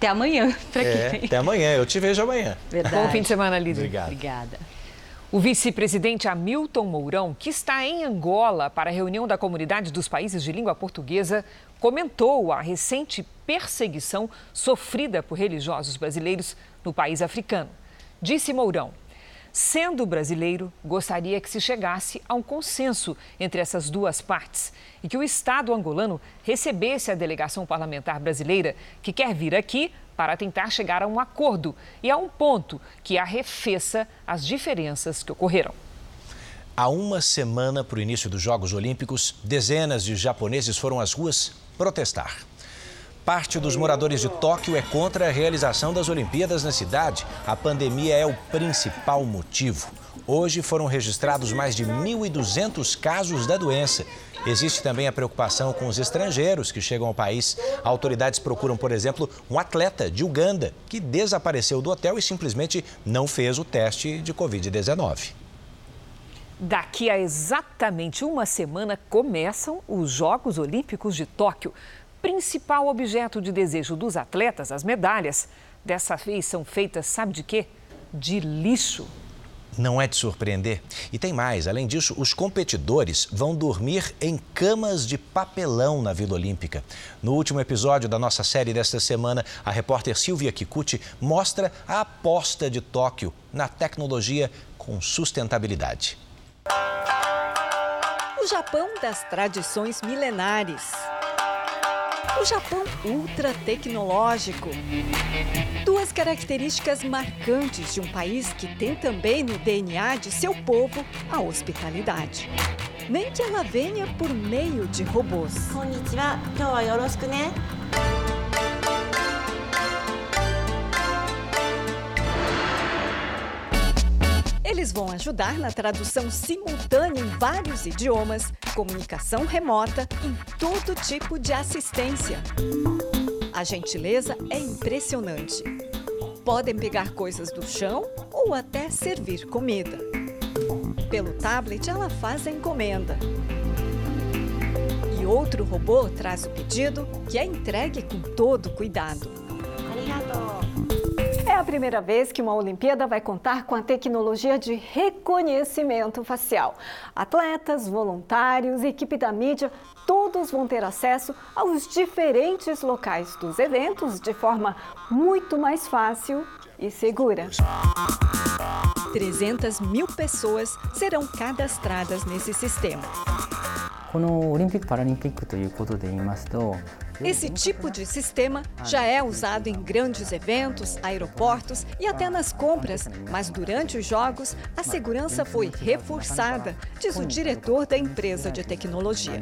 Até amanhã, para é, quem vem. Até amanhã, eu te vejo amanhã. Verdade. Bom fim de semana, Lídia. Obrigado. Obrigada. O vice-presidente Hamilton Mourão, que está em Angola para a reunião da Comunidade dos Países de Língua Portuguesa, comentou a recente perseguição sofrida por religiosos brasileiros no país africano. Disse Mourão: sendo brasileiro, gostaria que se chegasse a um consenso entre essas duas partes e que o Estado angolano recebesse a delegação parlamentar brasileira que quer vir aqui para tentar chegar a um acordo e a um ponto que arrefeça as diferenças que ocorreram. Há uma semana para o início dos Jogos Olímpicos, dezenas de japoneses foram às ruas protestar. Parte dos moradores de Tóquio é contra a realização das Olimpíadas na cidade. A pandemia é o principal motivo. Hoje foram registrados mais de mil e duzentos casos da doença. Existe também a preocupação com os estrangeiros que chegam ao país. Autoridades procuram, por exemplo, um atleta de Uganda que desapareceu do hotel e simplesmente não fez o teste de covid dezenove. Daqui a exatamente uma semana começam os Jogos Olímpicos de Tóquio. Principal objeto de desejo dos atletas, as medalhas, dessa vez são feitas, sabe de quê? De lixo. Não é de surpreender. E tem mais, além disso, os competidores vão dormir em camas de papelão na Vila Olímpica. No último episódio da nossa série desta semana, a repórter Silvia Kikuchi mostra a aposta de Tóquio na tecnologia com sustentabilidade. O Japão das tradições milenares. O Japão ultra tecnológico. Duas características marcantes de um país que tem também no D N A de seu povo a hospitalidade. Nem que ela venha por meio de robôs. Konnichiwa, kyou wa yoroshiku ne. Eles vão ajudar na tradução simultânea em vários idiomas, comunicação remota, em todo tipo de assistência. A gentileza é impressionante. Podem pegar coisas do chão ou até servir comida. Pelo tablet, ela faz a encomenda. E outro robô traz o pedido, que é entregue com todo cuidado. Arigatou. É a primeira vez que uma Olimpíada vai contar com a tecnologia de reconhecimento facial. Atletas, voluntários, equipe da mídia, todos vão ter acesso aos diferentes locais dos eventos de forma muito mais fácil e segura. trezentas mil pessoas serão cadastradas nesse sistema. Esse tipo de sistema já é usado em grandes eventos, aeroportos e até nas compras, mas durante os Jogos a segurança foi reforçada, diz o diretor da empresa de tecnologia.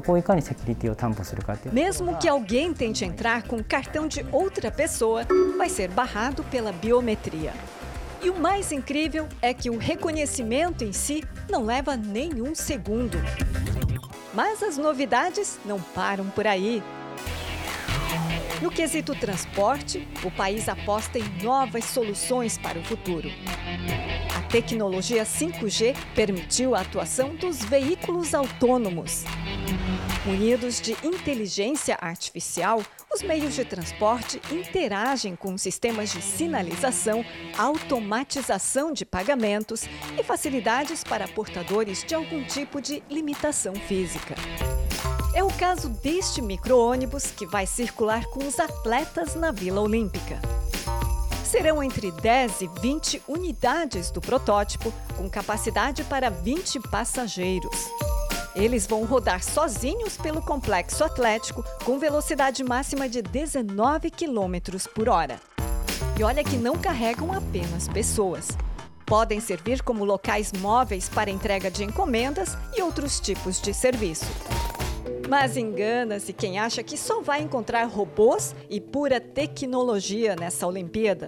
Mesmo que alguém tente entrar com o cartão de outra pessoa, vai ser barrado pela biometria. E o mais incrível é que o reconhecimento em si não leva nenhum segundo. Mas as novidades não param por aí. No quesito transporte, o país aposta em novas soluções para o futuro. A tecnologia cinco G permitiu a atuação dos veículos autônomos. Munidos de inteligência artificial, os meios de transporte interagem com sistemas de sinalização, automatização de pagamentos e facilidades para portadores de algum tipo de limitação física. É o caso deste micro-ônibus que vai circular com os atletas na Vila Olímpica. Serão entre dez e vinte unidades do protótipo, com capacidade para vinte passageiros. Eles vão rodar sozinhos pelo complexo atlético com velocidade máxima de dezenove quilômetros por hora. E olha que não carregam apenas pessoas. Podem servir como locais móveis para entrega de encomendas e outros tipos de serviço. Mas engana-se quem acha que só vai encontrar robôs e pura tecnologia nessa Olimpíada.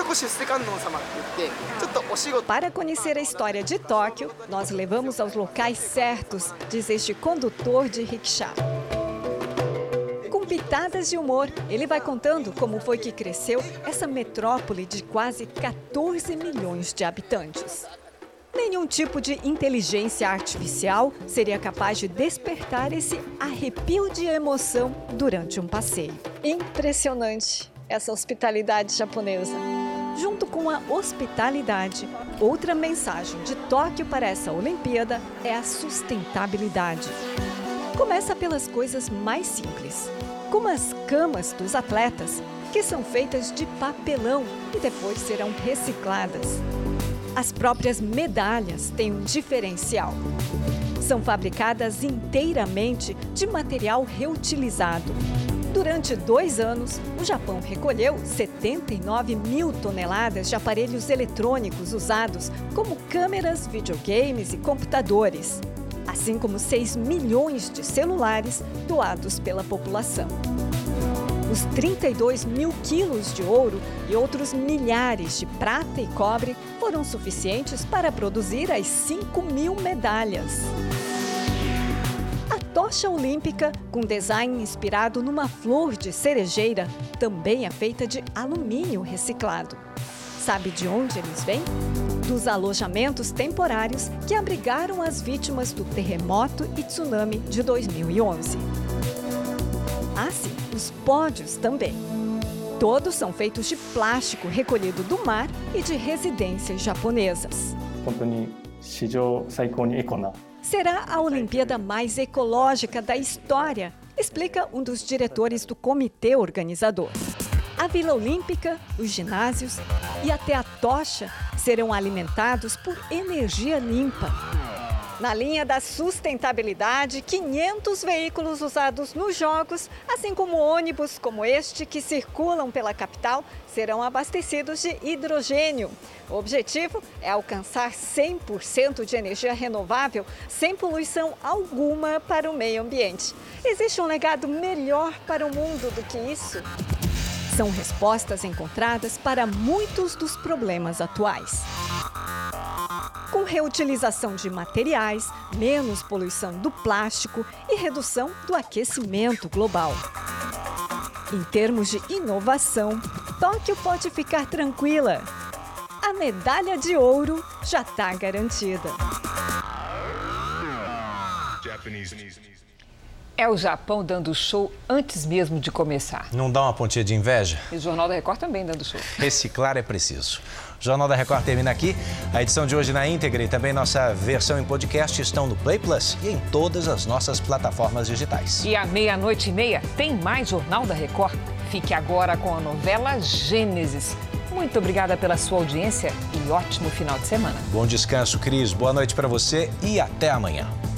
Para conhecer a história de Tóquio, nós levamos aos locais certos, diz este condutor de rickshaw. Com pitadas de humor, ele vai contando como foi que cresceu essa metrópole de quase quatorze milhões de habitantes. Nenhum tipo de inteligência artificial seria capaz de despertar esse arrepio de emoção durante um passeio. Impressionante! essa hospitalidade japonesa. Junto com a hospitalidade, outra mensagem de Tóquio para essa Olimpíada é a sustentabilidade. Começa pelas coisas mais simples, como as camas dos atletas, que são feitas de papelão e depois serão recicladas. As próprias medalhas têm um diferencial. São fabricadas inteiramente de material reutilizado. Durante dois anos, o Japão recolheu setenta e nove mil toneladas de aparelhos eletrônicos usados, como câmeras, videogames e computadores, assim como seis milhões de celulares doados pela população. Os trinta e dois mil quilos de ouro e outros milhares de prata e cobre foram suficientes para produzir as cinco mil medalhas. A tocha olímpica, com design inspirado numa flor de cerejeira, também é feita de alumínio reciclado. Sabe de onde eles vêm? Dos alojamentos temporários que abrigaram as vítimas do terremoto e tsunami de dois mil e onze. Ah, sim, os pódios também. Todos são feitos de plástico recolhido do mar e de residências japonesas. Será a Olimpíada mais ecológica da história, explica um dos diretores do comitê organizador. A Vila Olímpica, os ginásios e até a tocha serão alimentados por energia limpa. Na linha da sustentabilidade, quinhentos veículos usados nos Jogos, assim como ônibus como este que circulam pela capital, serão abastecidos de hidrogênio. O objetivo é alcançar cem por cento de energia renovável sem poluição alguma para o meio ambiente. Existe um legado melhor para o mundo do que isso? São respostas encontradas para muitos dos problemas atuais. Com reutilização de materiais, menos poluição do plástico e redução do aquecimento global. Em termos de inovação, Tóquio pode ficar tranquila. A medalha de ouro já está garantida. É o Japão dando show antes mesmo de começar. Não dá uma pontinha de inveja? E o Jornal da Record também dando show. Reciclar é preciso. O Jornal da Record termina aqui. A edição de hoje na íntegra e também nossa versão em podcast estão no Play Plus e em todas as nossas plataformas digitais. E à meia-noite e meia tem mais Jornal da Record. Fique agora com a novela Gênesis. Muito obrigada pela sua audiência e ótimo final de semana. Bom descanso, Cris. Boa noite para você e até amanhã.